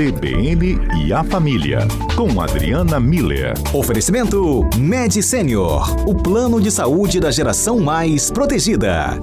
CBN e a Família, com Adriana Miller. Oferecimento Med Senior, o plano de saúde da geração mais protegida.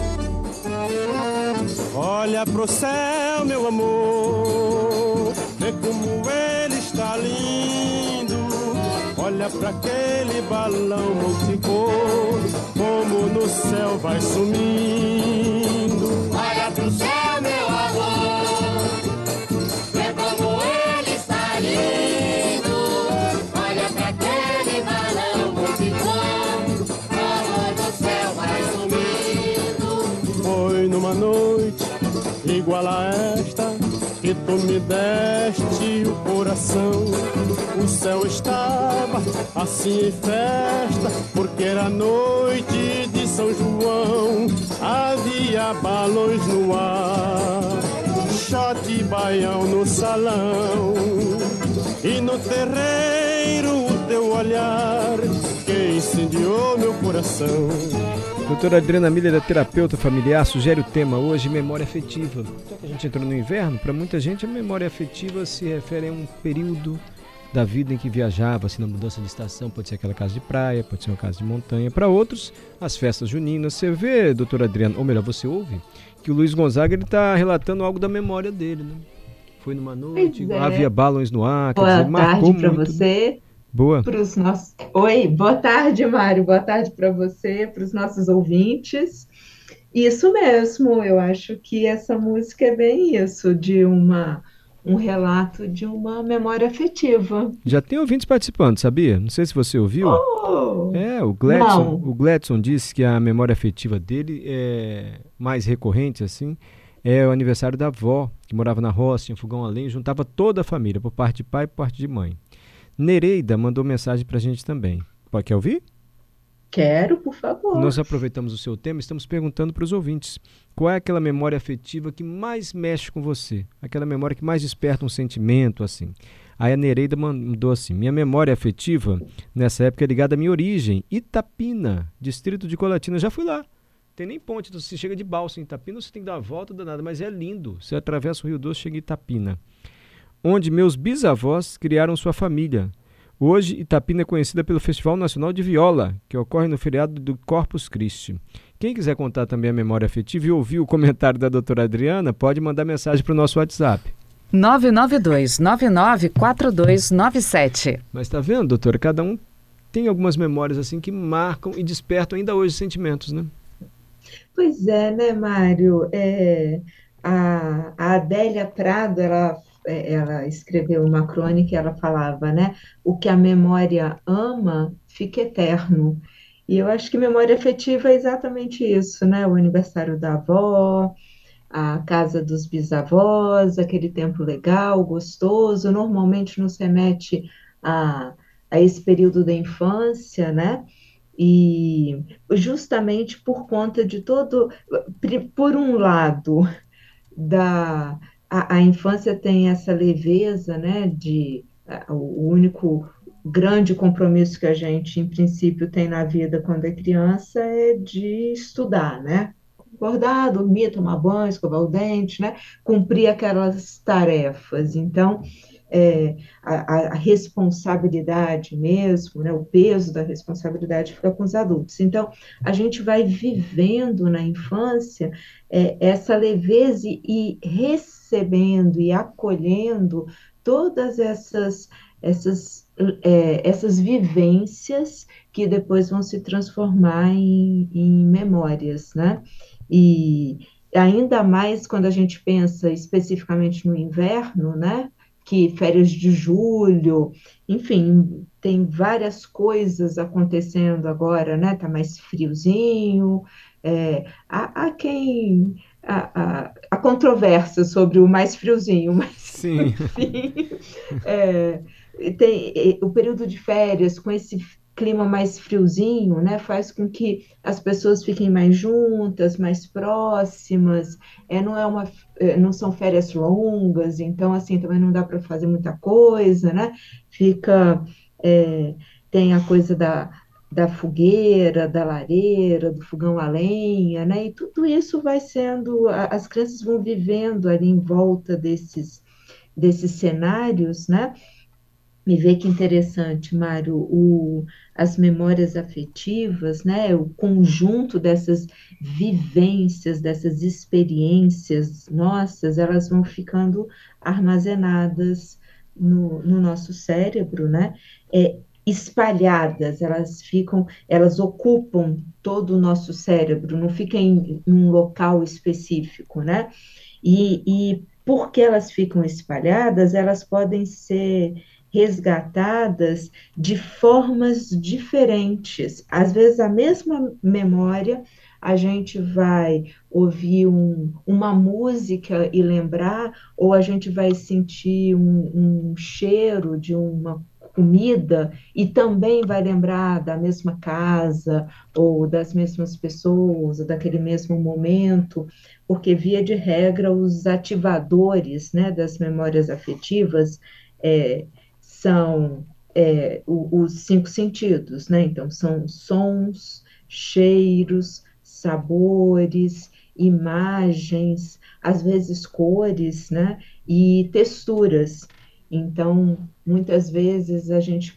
Olha pro céu, meu amor, vê como ele está lindo. Olha pra aquele balão multicor, como no céu vai sumindo. Olha pro céu, meu amor, vê como ele está lindo. Olha pra aquele balão multicor, como no céu vai sumindo. Foi numa noite igual a esta que tu me deste o coração. O céu estava assim em festa, porque era noite de São João. Havia balões no ar, shot e baião no salão, e no terreiro o teu olhar que incendiou meu coração. Doutora Adriana Miller é terapeuta familiar, sugere o tema hoje, memória afetiva. Já que a gente entrou no inverno, para muita gente a memória afetiva se refere a um período da vida em que viajava, assim, na mudança de estação, pode ser aquela casa de praia, pode ser uma casa de montanha. Para outros, as festas juninas. Você vê, doutora Adriana, ou melhor, você ouve, que o Luiz Gonzaga está relatando algo da memória dele, né? Foi numa noite, havia balões no ar, quer dizer, marcou muito. Boa tarde para você. Boa. Oi, boa tarde, Mário. Boa tarde para você, para os nossos ouvintes. Isso mesmo, eu acho que essa música é bem isso, de um relato de uma memória afetiva. Já tem ouvintes participando, sabia? Não sei se você ouviu. O Gladson disse que a memória afetiva dele é mais recorrente, assim, é o aniversário da avó, que morava na roça, tinha fogão a lenha, juntava toda a família, por parte de pai e por parte de mãe. Nereida mandou mensagem pra gente também. Quer ouvir? Quero, por favor. Nós aproveitamos o seu tema e estamos perguntando para os ouvintes. Qual é aquela memória afetiva que mais mexe com você? Aquela memória que mais desperta um sentimento, assim. Aí a Nereida mandou assim: minha memória afetiva nessa época é ligada à minha origem, Itapina, distrito de Colatina. Já fui lá. Tem nem ponte, então você chega de balsa em Itapina, você tem que dar uma volta danada, mas é lindo. Você atravessa o Rio Doce e chega em Itapina, onde meus bisavós criaram sua família. Hoje, Itapina é conhecida pelo Festival Nacional de Viola, que ocorre no feriado do Corpus Christi. Quem quiser contar também a memória afetiva e ouvir o comentário da doutora Adriana, pode mandar mensagem para o nosso WhatsApp. 992-994297. Mas tá vendo, doutora? Cada um tem algumas memórias assim que marcam e despertam ainda hoje sentimentos, né? Pois é, né, Mário? A Adélia Prado, ela escreveu uma crônica e ela falava, né? O que a memória ama fica eterno. E eu acho que memória afetiva é exatamente isso, né? O aniversário da avó, a casa dos bisavós, aquele tempo legal, gostoso, normalmente nos remete a esse período da infância, né? E justamente por conta de por um lado, a infância tem essa leveza, né, o único grande compromisso que a gente, em princípio, tem na vida quando é criança é de estudar, né? Acordar, dormir, tomar banho, escovar o dente, né? Cumprir aquelas tarefas. Então, a responsabilidade mesmo, né, o peso da responsabilidade fica com os adultos. Então, a gente vai vivendo na infância essa leveza e recebendo e acolhendo todas essas vivências que depois vão se transformar em memórias, né? E ainda mais quando a gente pensa especificamente no inverno, né? Que férias de julho, enfim, tem várias coisas acontecendo agora, né? Tá mais friozinho, há controvérsia sobre o mais friozinho, mas sim. Enfim, tem o período de férias com esse clima mais friozinho, né, faz com que as pessoas fiquem mais juntas, mais próximas, não são férias longas, então, assim, também não dá para fazer muita coisa, né, tem a coisa da fogueira, da lareira, do fogão a lenha, né, e tudo isso vai sendo, as crianças vão vivendo ali em volta desses cenários, né? E vê que interessante, Mário, as memórias afetivas, né, o conjunto dessas vivências, dessas experiências nossas, elas vão ficando armazenadas no nosso cérebro, né, espalhadas, elas ocupam todo o nosso cérebro, não fica em um local específico, né, e porque elas ficam espalhadas, elas podem ser resgatadas de formas diferentes. Às vezes, a mesma memória, a gente vai ouvir uma música e lembrar, ou a gente vai sentir um cheiro de uma comida e também vai lembrar da mesma casa, ou das mesmas pessoas, ou daquele mesmo momento, porque, via de regra, os ativadores, né, das memórias afetivas são os cinco sentidos, né? Então, são sons, cheiros, sabores, imagens, às vezes cores, né? E texturas. Então, muitas vezes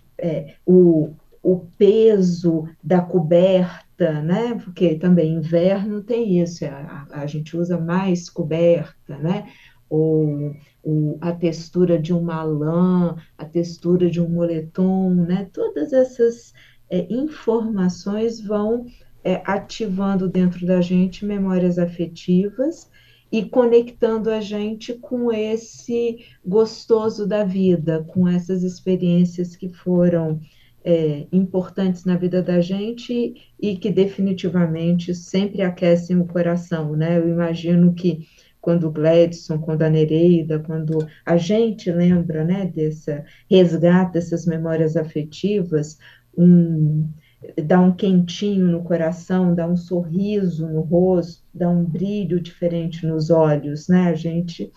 o peso da coberta, né? Porque também inverno tem isso, a gente usa mais coberta, né? Ou a textura de uma lã, a textura de um moletom, né? Todas essas informações vão ativando dentro da gente memórias afetivas e conectando a gente com esse gostoso da vida, com essas experiências que foram importantes na vida da gente e que definitivamente sempre aquecem o coração, né? Eu imagino que quando o Gladson, quando a Nereida, quando a gente lembra, né, resgata essas memórias afetivas, dá um quentinho no coração, dá um sorriso no rosto, dá um brilho diferente nos olhos, né? A gente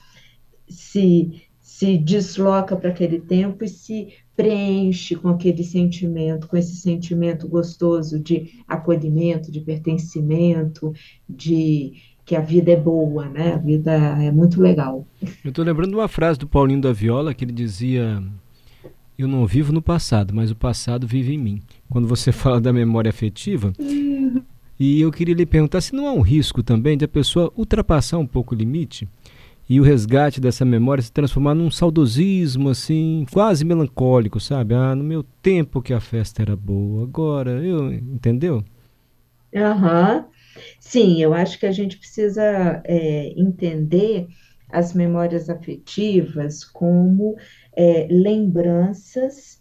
se desloca para aquele tempo e se preenche com aquele sentimento, com esse sentimento gostoso de acolhimento, de pertencimento, de que a vida é boa, né? A vida é muito legal. Eu estou lembrando de uma frase do Paulinho da Viola que ele dizia: eu não vivo no passado, mas o passado vive em mim. Quando você fala da memória afetiva, e eu queria lhe perguntar se não há um risco também de a pessoa ultrapassar um pouco o limite e o resgate dessa memória se transformar num saudosismo assim, quase melancólico, sabe? No meu tempo que a festa era boa, agora, entendeu? Aham. Sim, eu acho que a gente precisa entender as memórias afetivas como lembranças,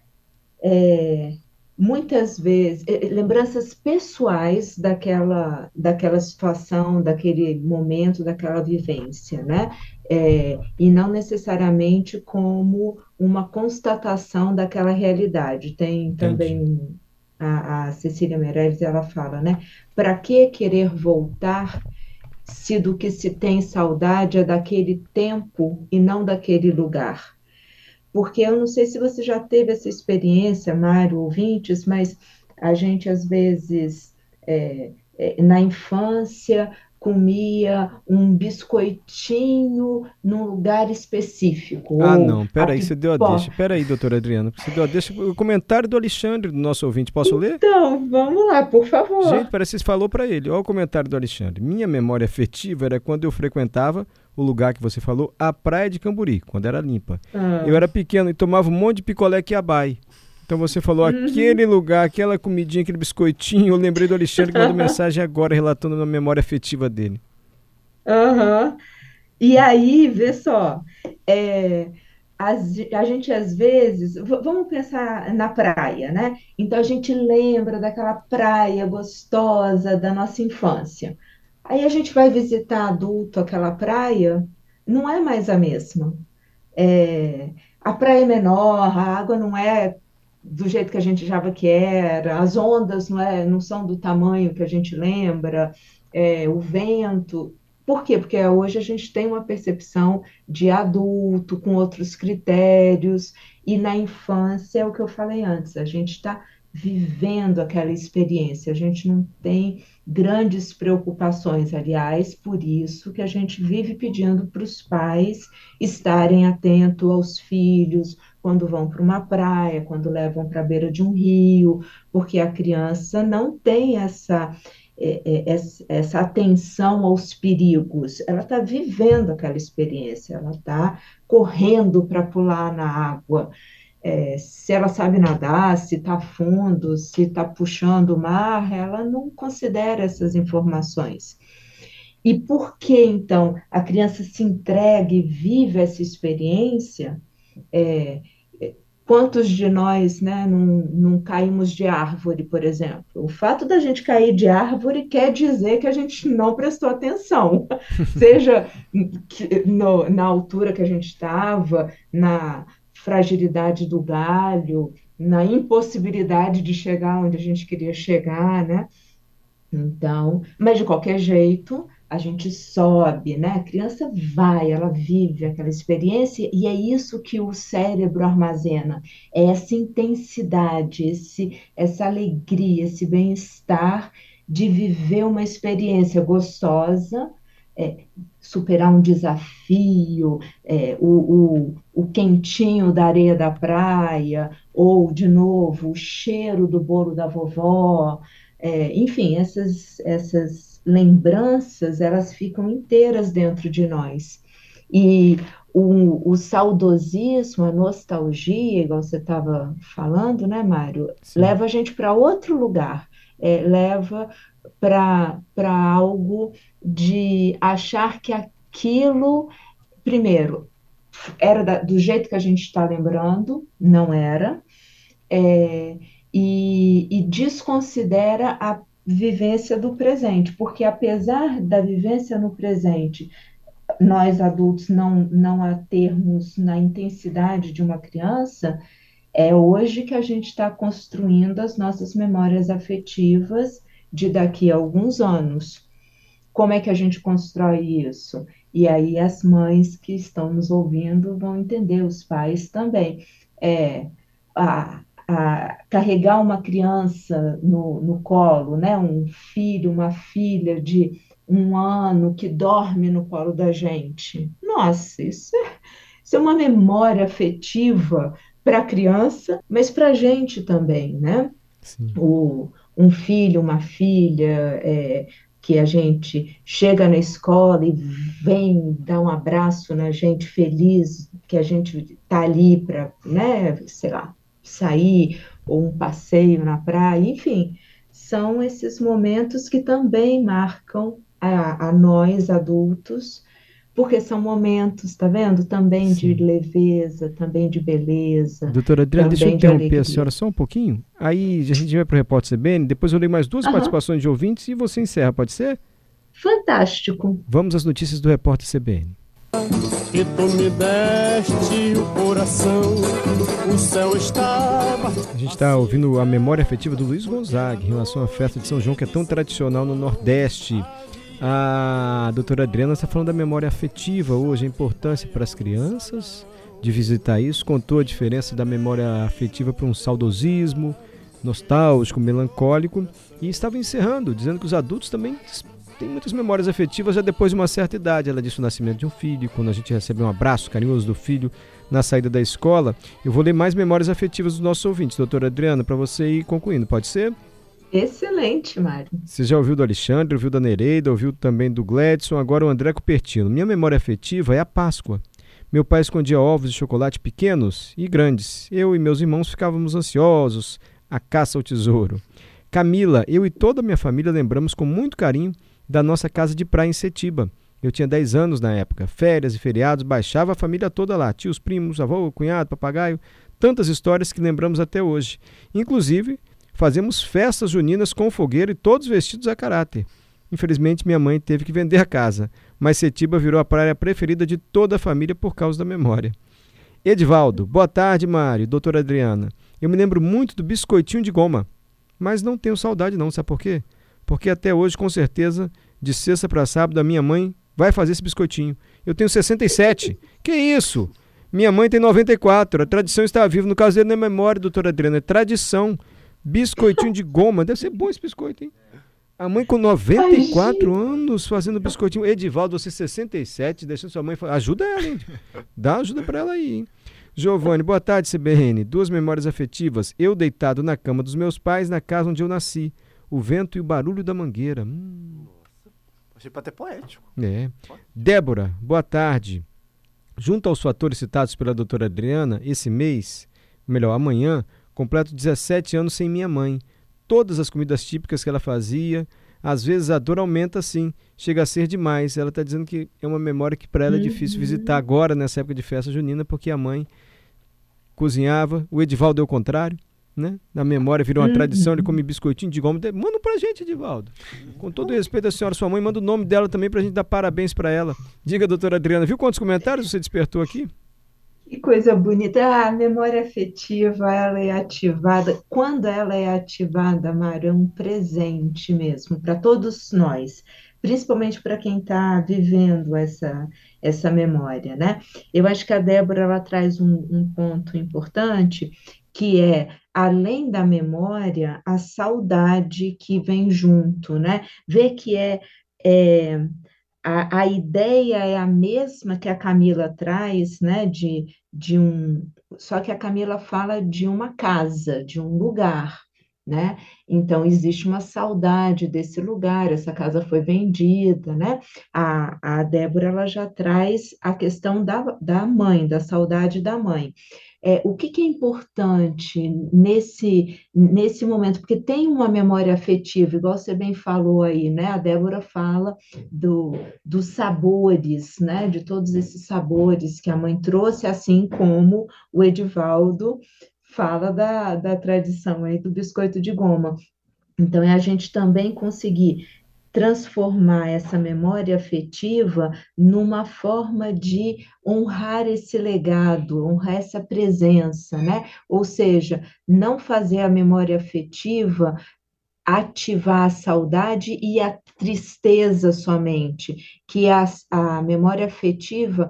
muitas vezes, lembranças pessoais daquela situação, daquele momento, daquela vivência, né? E não necessariamente como uma constatação daquela realidade. Tem Entendi. também a Cecília Meirelles, ela fala, né? Para que querer voltar se do que se tem saudade é daquele tempo e não daquele lugar? Porque eu não sei se você já teve essa experiência, Mário, ouvintes, mas a gente, às vezes, na infância, comia um biscoitinho num lugar específico, ou Não, a peraí, você deu a deixa. Peraí, doutora Adriana, você deu a deixa. O comentário do Alexandre, do nosso ouvinte, posso ler? Então, vamos lá, por Gente, favor. parece que você falou para ele. Olha o comentário do Alexandre. Minha memória afetiva era quando eu frequentava o lugar que você falou, a praia de Camburi, quando era limpa. Eu era pequeno e tomava um monte de picolé quiabai. Então você falou aquele lugar, aquela comidinha, aquele biscoitinho. Eu lembrei do Alexandre que mandou mensagem agora relatando a memória afetiva dele. Aham. E aí, vê só, é, a gente às vezes, vamos pensar na praia, né? Então a gente lembra daquela praia gostosa da nossa infância. Aí a gente vai visitar adulto aquela praia, não é mais a mesma. É, a praia é menor, a água não é do jeito que a gente achava que era, as ondas não são do tamanho que a gente lembra, o vento. Por quê? Porque hoje a gente tem uma percepção de adulto, com outros critérios, e na infância é o que eu falei antes, a gente está vivendo aquela experiência, a gente não tem grandes preocupações. Aliás, por isso que a gente vive pedindo para os pais estarem atentos aos filhos quando vão para uma praia, quando levam para a beira de um rio, porque a criança não tem essa atenção aos perigos, ela está vivendo aquela experiência, ela está correndo para pular na água. Se ela sabe nadar, se está fundo, se está puxando o mar, ela não considera essas informações. E por que, então, a criança se entrega e vive essa experiência? Quantos de nós, né, não caímos de árvore, por exemplo? O fato da gente cair de árvore quer dizer que a gente não prestou atenção, seja na altura que a gente estava, na fragilidade do galho, na impossibilidade de chegar onde a gente queria chegar, né? Então, mas de qualquer jeito, a gente sobe, né? A criança vai, ela vive aquela experiência e é isso que o cérebro armazena, é essa intensidade, essa alegria, esse bem-estar de viver uma experiência gostosa, superar um desafio, o quentinho da areia da praia, ou, de novo, o cheiro do bolo da vovó, enfim, essas lembranças, elas ficam inteiras dentro de nós. E o saudosismo, a nostalgia, igual você estava falando, né, Mário? Sim. Leva a gente para outro lugar, leva para algo de achar que aquilo, primeiro, era do jeito que a gente está lembrando, não era, e desconsidera a vivência do presente, porque apesar da vivência no presente, nós adultos não a termos na intensidade de uma criança, é hoje que a gente está construindo as nossas memórias afetivas de daqui a alguns anos. Como é que a gente constrói isso? E aí as mães que estão nos ouvindo vão entender, os pais também. Carregar uma criança no colo, né? Um filho, uma filha de 1 ano que dorme no colo da gente. Nossa, isso é uma memória afetiva para a criança, mas para a gente também, né? Sim. Um filho, uma filha, que a gente chega na escola e vem dar um abraço na gente feliz, que a gente está ali para, né, sei lá, sair, ou um passeio na praia, enfim, são esses momentos que também marcam a nós adultos, porque são momentos, tá vendo? Também Sim. de leveza, também de beleza. Doutora Adriana, deixa eu interromper a senhora só um pouquinho. Aí a gente vai para o Repórter CBN, depois eu leio mais 2 participações de ouvintes e você encerra, pode ser? Fantástico. Vamos às notícias do Repórter CBN. E tu me deste o coração, o céu estava... A gente está ouvindo a memória afetiva do Luiz Gonzaga em relação à festa de São João, que é tão tradicional no Nordeste. A doutora Adriana está falando da memória afetiva hoje, a importância para as crianças de visitar isso, contou a diferença da memória afetiva para um saudosismo nostálgico, melancólico, e estava encerrando, dizendo que os adultos também têm muitas memórias afetivas já depois de uma certa idade. Ela disse o nascimento de um filho, quando a gente recebe um abraço carinhoso do filho na saída da escola. Eu vou ler mais memórias afetivas dos nossos ouvintes, doutora Adriana, para você ir concluindo, pode ser? Excelente, Mário. Você já ouviu do Alexandre, ouviu da Nereida, ouviu também do Gledson, agora o André Cupertino. Minha memória afetiva é a Páscoa. Meu pai escondia ovos de chocolate pequenos e grandes. Eu e meus irmãos ficávamos ansiosos, a caça ao tesouro. Camila, eu e toda a minha família lembramos com muito carinho da nossa casa de praia em Setiba. Eu tinha 10 anos na época. Férias e feriados, baixava a família toda lá. Tios, primos, avô, cunhado, papagaio. Tantas histórias que lembramos até hoje. Inclusive, fazemos festas juninas com fogueira e todos vestidos a caráter. Infelizmente, minha mãe teve que vender a casa, mas Setiba virou a praia preferida de toda a família por causa da memória. Edivaldo, boa tarde, Mário, doutora Adriana. Eu me lembro muito do biscoitinho de goma, mas não tenho saudade não, sabe por quê? Porque até hoje, com certeza, de sexta para sábado, a minha mãe vai fazer esse biscoitinho. Eu tenho 67. Que isso? Minha mãe tem 94. A tradição está viva. No caso dele, não é memória, doutora Adriana, é tradição. Biscoitinho de goma. Deve ser bom esse biscoito, hein? A mãe com 94 anos fazendo biscoitinho. Edivaldo, você 67, deixando sua mãe... Ajuda ela, hein? Dá ajuda pra ela aí, hein? Giovanni, boa tarde, CBN. 2 memórias afetivas. Eu deitado na cama dos meus pais, na casa onde eu nasci. O vento e o barulho da mangueira. Achei pra ter poético. É. Débora, boa tarde. Junto aos fatores citados pela doutora Adriana, esse mês, melhor, amanhã, completo 17 anos sem minha mãe. Todas as comidas típicas que ela fazia, às vezes a dor aumenta sim, chega a ser demais. Ela está dizendo que é uma memória que para ela é difícil visitar agora, nessa época de festa junina, porque a mãe cozinhava, o Edivaldo é o contrário, né? Na memória virou uma tradição, ele come biscoitinho de goma. Manda pra gente, Edivaldo. Com todo o respeito à senhora, sua mãe, manda o nome dela também pra gente dar parabéns pra ela. Diga, doutora Adriana, viu quantos comentários você despertou aqui? Que coisa bonita. A memória afetiva, ela é ativada. Quando ela é ativada, Mara, é um presente mesmo para todos nós, principalmente para quem está vivendo essa memória, né? Eu acho que a Débora ela traz um ponto importante, que é, além da memória, a saudade que vem junto, né? Ver que a ideia é a mesma que a Camila traz, né? Só que a Camila fala de uma casa, de um lugar, né? Então, existe uma saudade desse lugar, essa casa foi vendida, né? A Débora, ela já traz a questão da mãe, da saudade da mãe. O que é importante nesse momento? Porque tem uma memória afetiva, igual você bem falou aí, né? A Débora fala dos sabores, né? De todos esses sabores que a mãe trouxe, assim como o Edivaldo fala da tradição aí do biscoito de goma. Então, é a gente também conseguir transformar essa memória afetiva numa forma de honrar esse legado, honrar essa presença, né? Ou seja, não fazer a memória afetiva ativar a saudade e a tristeza somente, que a memória afetiva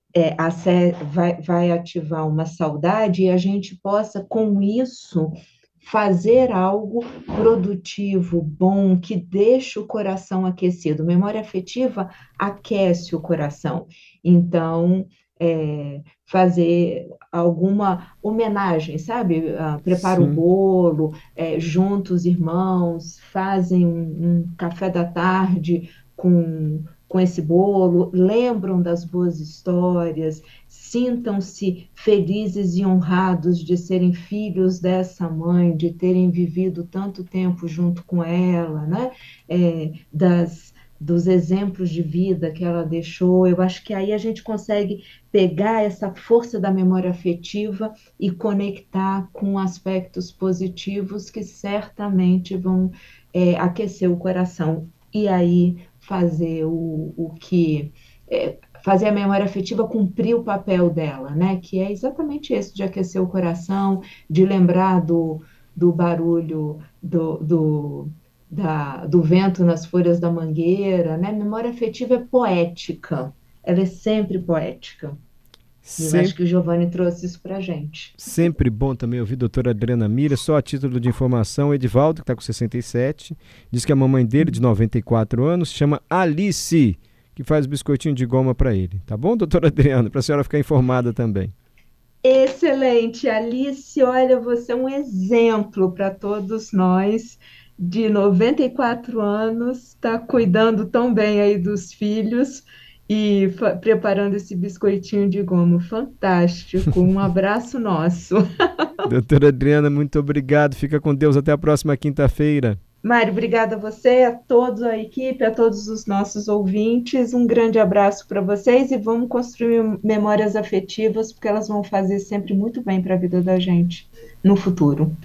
vai ativar uma saudade e a gente possa, com isso, fazer algo produtivo, bom, que deixe o coração aquecido. Memória afetiva aquece o coração. Então, fazer alguma homenagem, sabe? Prepara o bolo, junta os irmãos, fazem um café da tarde com esse bolo, lembram das boas histórias, sintam-se felizes e honrados de serem filhos dessa mãe, de terem vivido tanto tempo junto com ela, né? Dos exemplos de vida que ela deixou. Eu acho que aí a gente consegue pegar essa força da memória afetiva e conectar com aspectos positivos que certamente vão aquecer o coração. E aí fazer fazer a memória afetiva cumprir o papel dela, né? Que é exatamente esse, de aquecer o coração, de lembrar do barulho do vento nas folhas da mangueira, né? Memória afetiva é poética, ela é sempre poética. Eu acho que o Giovanni trouxe isso pra gente. Sempre bom também ouvir a doutora Adriana Mira. Só a título de informação, Edivaldo, que está com 67, diz que a mamãe dele, de 94 anos, chama Alice, que faz biscoitinho de goma para ele. Tá bom, doutora Adriana? Para a senhora ficar informada também. Excelente, Alice. Olha, você é um exemplo para todos nós. De 94 anos, está cuidando tão bem aí dos filhos e preparando esse biscoitinho de goma. Fantástico, um abraço nosso. Doutora Adriana, muito obrigado. Fica com Deus, até a próxima quinta-feira. Mário, obrigada a você, a toda a equipe, a todos os nossos ouvintes. Um grande abraço para vocês e vamos construir memórias afetivas, porque elas vão fazer sempre muito bem para a vida da gente no futuro.